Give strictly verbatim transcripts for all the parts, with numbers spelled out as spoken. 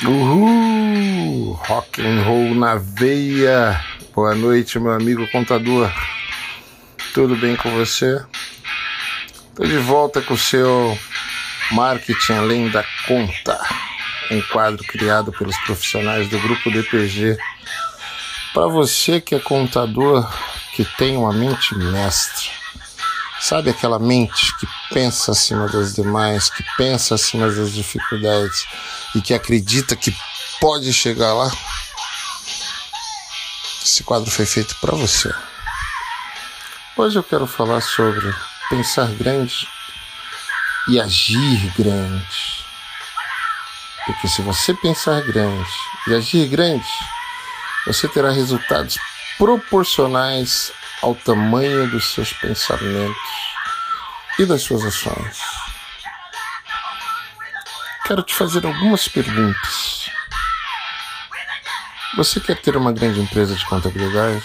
Uhul! Rock and roll na veia. Boa noite, meu amigo contador. Tudo bem com você? Estou de volta com o seu Marketing Além da Conta, um quadro criado pelos profissionais do Grupo D P G. Para você que é contador, que tem uma mente mestra. Sabe aquela mente que pensa acima das demais, que pensa acima das dificuldades e que acredita que pode chegar lá? Esse quadro foi feito para você. Hoje eu quero falar sobre pensar grande e agir grande. Porque se você pensar grande e agir grande, você terá resultados proporcionais ao tamanho dos seus pensamentos e das suas ações. Quero te fazer algumas perguntas. Você quer ter uma grande empresa de contabilidade?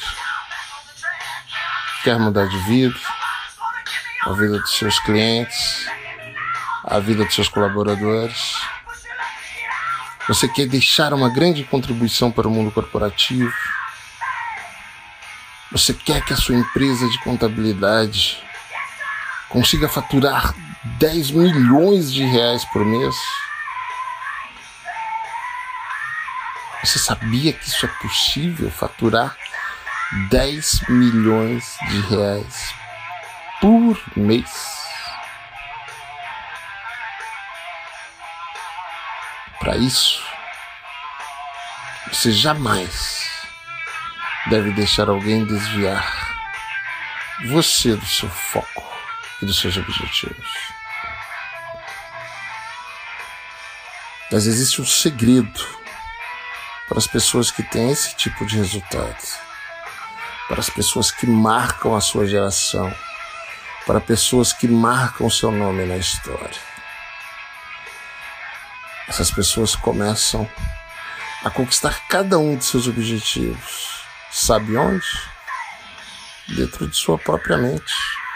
Quer mudar de vida? A vida dos seus clientes? A vida dos seus colaboradores? Você quer deixar uma grande contribuição para o mundo corporativo? Você quer que a sua empresa de contabilidade consiga faturar dez milhões de reais por mês? Você sabia que isso é possível, faturar dez milhões de reais por mês? Para isso, você jamais deve deixar alguém desviar você do seu foco e dos seus objetivos. Mas existe um segredo para as pessoas que têm esse tipo de resultado, para as pessoas que marcam a sua geração, para pessoas que marcam o seu nome na história. Essas pessoas começam a conquistar cada um de seus objetivos. Sabe onde? Dentro de sua própria mente.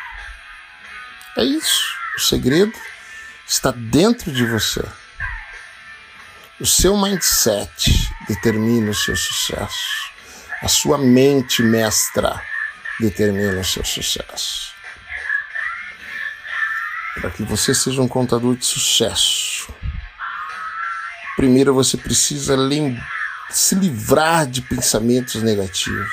É isso. O segredo está dentro de você. O seu mindset determina o seu sucesso. A sua mente mestra determina o seu sucesso. Para que você seja um contador de sucesso, primeiro você precisa lembrar, se livrar de pensamentos negativos.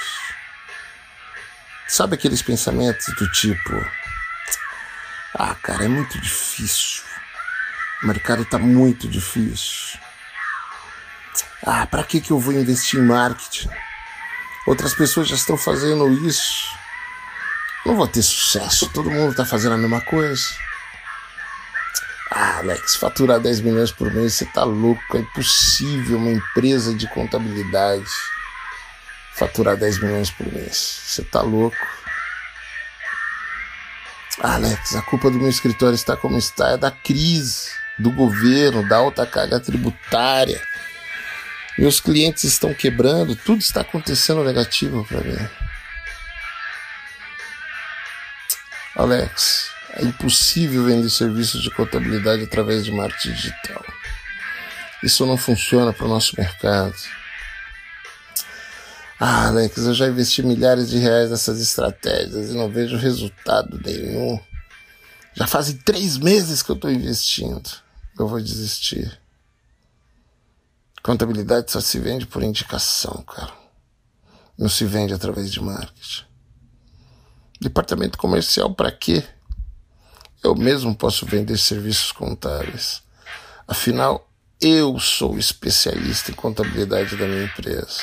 Sabe aqueles pensamentos do tipo: ah, cara, é muito difícil. O mercado tá muito difícil. Ah, pra que que eu vou investir em marketing? Outras pessoas já estão fazendo isso. Não vou ter sucesso. Todo mundo tá fazendo a mesma coisa. Ah, Alex, faturar dez milhões por mês, você tá louco, é impossível uma empresa de contabilidade faturar dez milhões por mês, você tá louco. Ah, Alex, a culpa do meu escritório está como está, é da crise, do governo, da alta carga tributária, meus clientes estão quebrando, tudo está acontecendo negativo para mim. Alex, é impossível vender serviços de contabilidade através de marketing digital. Isso não funciona para o nosso mercado. Ah, Alex, eu já investi milhares de reais nessas estratégias e não vejo resultado nenhum. Já fazem três meses que eu estou investindo. Eu vou desistir. Contabilidade só se vende por indicação, cara. Não se vende através de marketing. Departamento comercial para quê? Eu mesmo posso vender serviços contábeis. Afinal, eu sou especialista em contabilidade da minha empresa.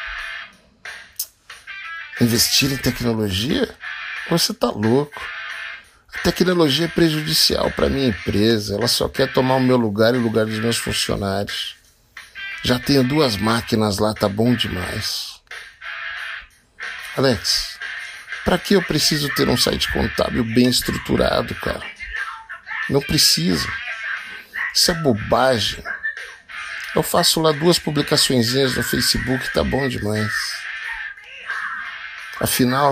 Investir em tecnologia? Você tá louco. A tecnologia é prejudicial para minha empresa. Ela só quer tomar o meu lugar e o lugar dos meus funcionários. Já tenho duas máquinas lá, tá bom demais. Alex, para que eu preciso ter um site contábil bem estruturado, cara? Não precisa. Isso é bobagem. Eu faço lá duas publicaçõezinhas no Facebook, tá bom demais. Afinal,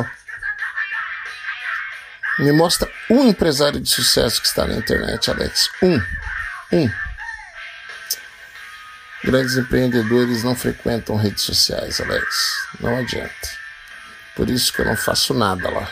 me mostra um empresário de sucesso que está na internet, Alex. Um. Um. Grandes empreendedores não frequentam redes sociais, Alex. Não adianta. Por isso que eu não faço nada lá.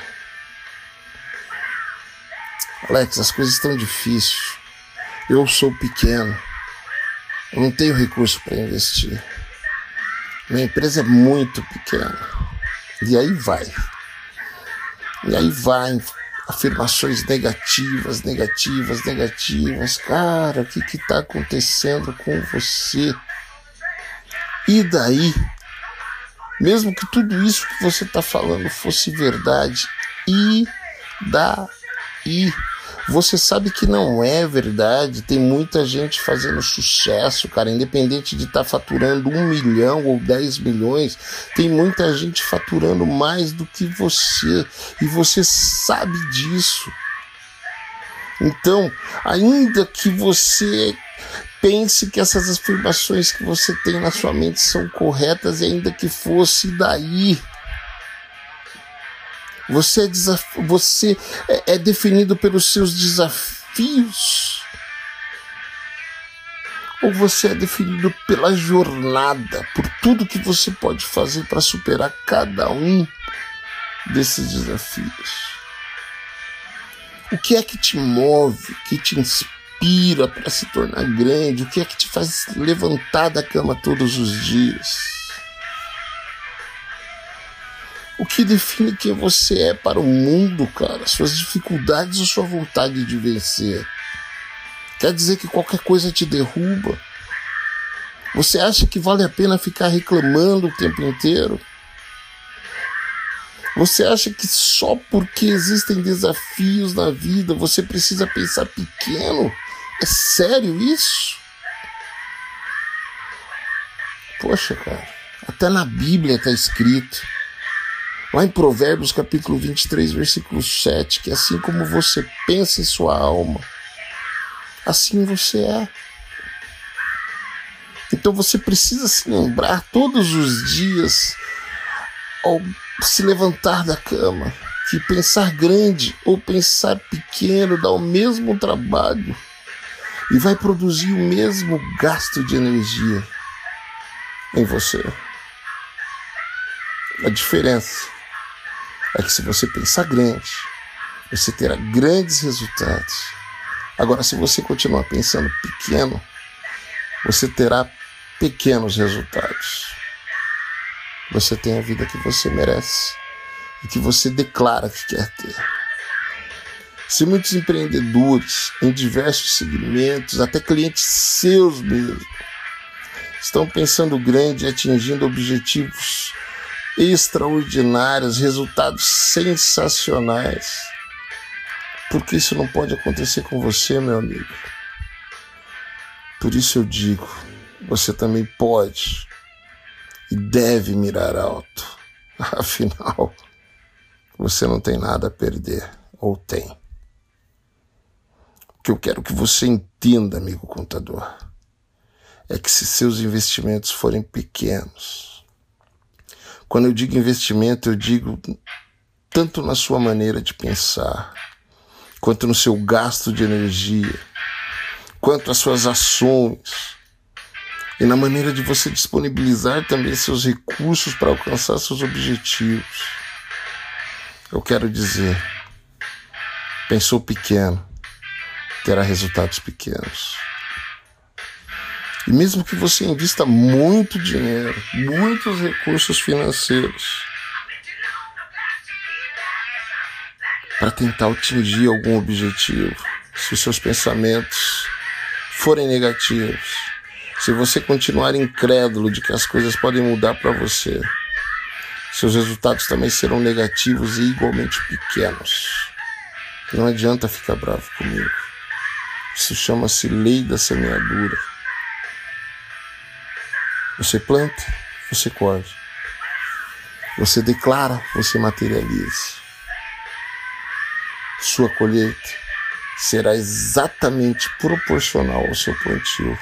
Alex, as coisas estão difíceis. Eu sou pequeno. Eu não tenho recurso para investir. Minha empresa é muito pequena. E aí vai. E aí vai. Afirmações negativas, negativas, negativas. Cara, o que que tá acontecendo com você? E daí? Mesmo que tudo isso que você tá falando fosse verdade, e daí? Você sabe que não é verdade. Tem muita gente fazendo sucesso, cara, independente de estar tá faturando um milhão ou dez milhões. Tem muita gente faturando mais do que você, e você sabe disso. Então, ainda que você pense que essas afirmações que você tem na sua mente são corretas, e ainda que fosse daí, Você, é, desaf... você é, é definido pelos seus desafios, ou você é definido pela jornada, por tudo que você pode fazer para superar cada um desses desafios? O que é que te move, que te inspira para se tornar grande? O que é que te faz levantar da cama todos os dias? O que define quem você é para o mundo, cara? Suas dificuldades ou sua vontade de vencer? Quer dizer que qualquer coisa te derruba? Você acha que vale a pena ficar reclamando o tempo inteiro? Você acha que só porque existem desafios na vida você precisa pensar pequeno? É sério isso? Poxa, cara, até na Bíblia está escrito, lá em Provérbios capítulo vinte e três, versículo sete, que assim como você pensa em sua alma, assim você é. Então você precisa se lembrar todos os dias, ao se levantar da cama, que pensar grande ou pensar pequeno dá o mesmo trabalho e vai produzir o mesmo gasto de energia em você. A diferença é que se você pensar grande, você terá grandes resultados. Agora, se você continuar pensando pequeno, você terá pequenos resultados. Você tem a vida que você merece e que você declara que quer ter. Se muitos empreendedores em diversos segmentos, até clientes seus mesmo, estão pensando grande e atingindo objetivos extraordinários, resultados sensacionais, porque isso não pode acontecer com você, meu amigo. Por isso eu digo, você também pode e deve mirar alto. Afinal, você não tem nada a perder, ou tem? O que eu quero que você entenda, amigo contador, é que se seus investimentos forem pequenos, quando eu digo investimento, eu digo tanto na sua maneira de pensar, quanto no seu gasto de energia, quanto as suas ações, e na maneira de você disponibilizar também seus recursos para alcançar seus objetivos. Eu quero dizer, pensou pequeno, terá resultados pequenos. E mesmo que você invista muito dinheiro, muitos recursos financeiros, para tentar atingir algum objetivo, se os seus pensamentos forem negativos, se você continuar incrédulo de que as coisas podem mudar para você, seus resultados também serão negativos e igualmente pequenos. Não adianta ficar bravo comigo. Isso chama-se lei da semeadura. Você planta, você colhe. Você declara, você materializa. Sua colheita será exatamente proporcional ao seu plantio.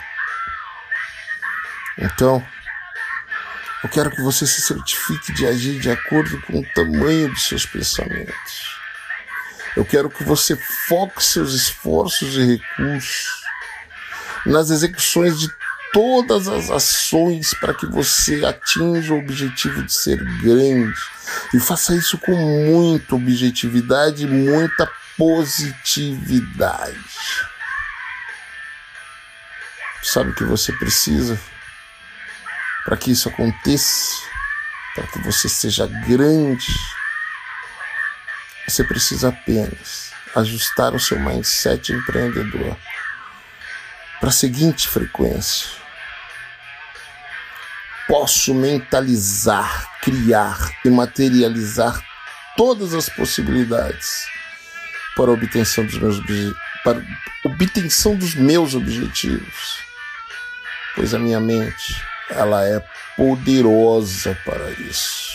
Então, eu quero que você se certifique de agir de acordo com o tamanho dos seus pensamentos. Eu quero que você foque seus esforços e recursos nas execuções de todas as ações para que você atinja o objetivo de ser grande. E faça isso com muita objetividade e muita positividade. Sabe o que você precisa para que isso aconteça? Para que você seja grande? Você precisa apenas ajustar o seu mindset empreendedor para a seguinte frequência: posso mentalizar, criar e materializar todas as possibilidades para a obtenção dos meus, para a obtenção dos meus objetivos, pois a minha mente, ela é poderosa para isso.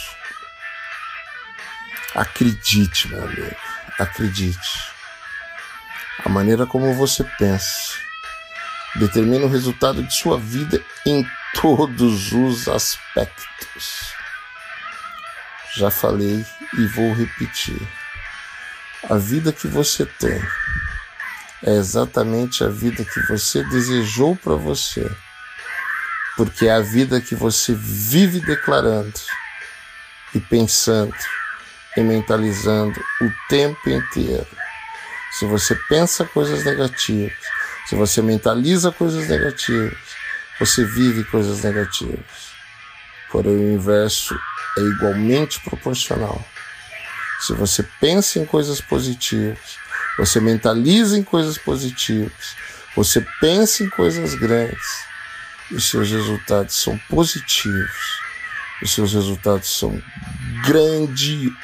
Acredite, meu amigo, acredite. A maneira como você pensa determina o resultado de sua vida em todos os aspectos. Já falei e vou repetir. A vida que você tem é exatamente a vida que você desejou para você, porque é a vida que você vive declarando e pensando e mentalizando o tempo inteiro. Se você pensa coisas negativas, se você mentaliza coisas negativas, você vive coisas negativas. Porém, o inverso é igualmente proporcional. Se você pensa em coisas positivas, você mentaliza em coisas positivas, você pensa em coisas grandes, os seus resultados são positivos, os seus resultados são grandiosos.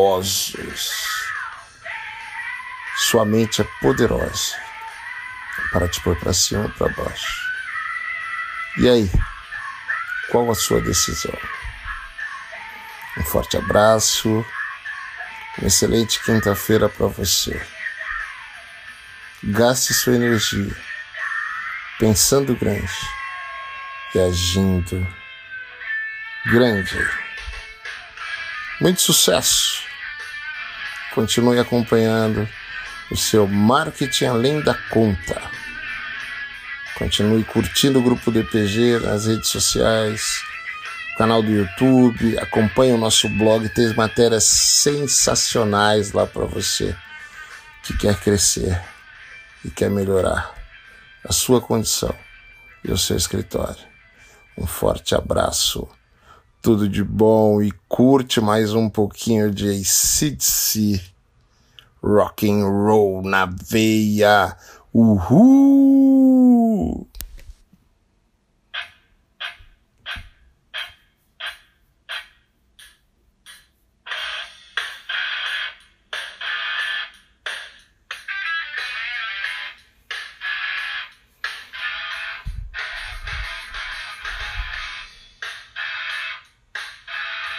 Sua mente é poderosa para te pôr para cima ou para baixo. E aí, qual a sua decisão? Um forte abraço, uma excelente quinta-feira para você. Gaste sua energia pensando grande e agindo grande. Muito sucesso! Continue acompanhando o seu marketing além da conta. Continue curtindo o Grupo D P G nas redes sociais, canal do YouTube, acompanhe o nosso blog, tem matérias sensacionais lá para você que quer crescer e quer melhorar a sua condição e o seu escritório. Um forte abraço, tudo de bom e curte mais um pouquinho de A C D C, rock and roll na veia, uhul!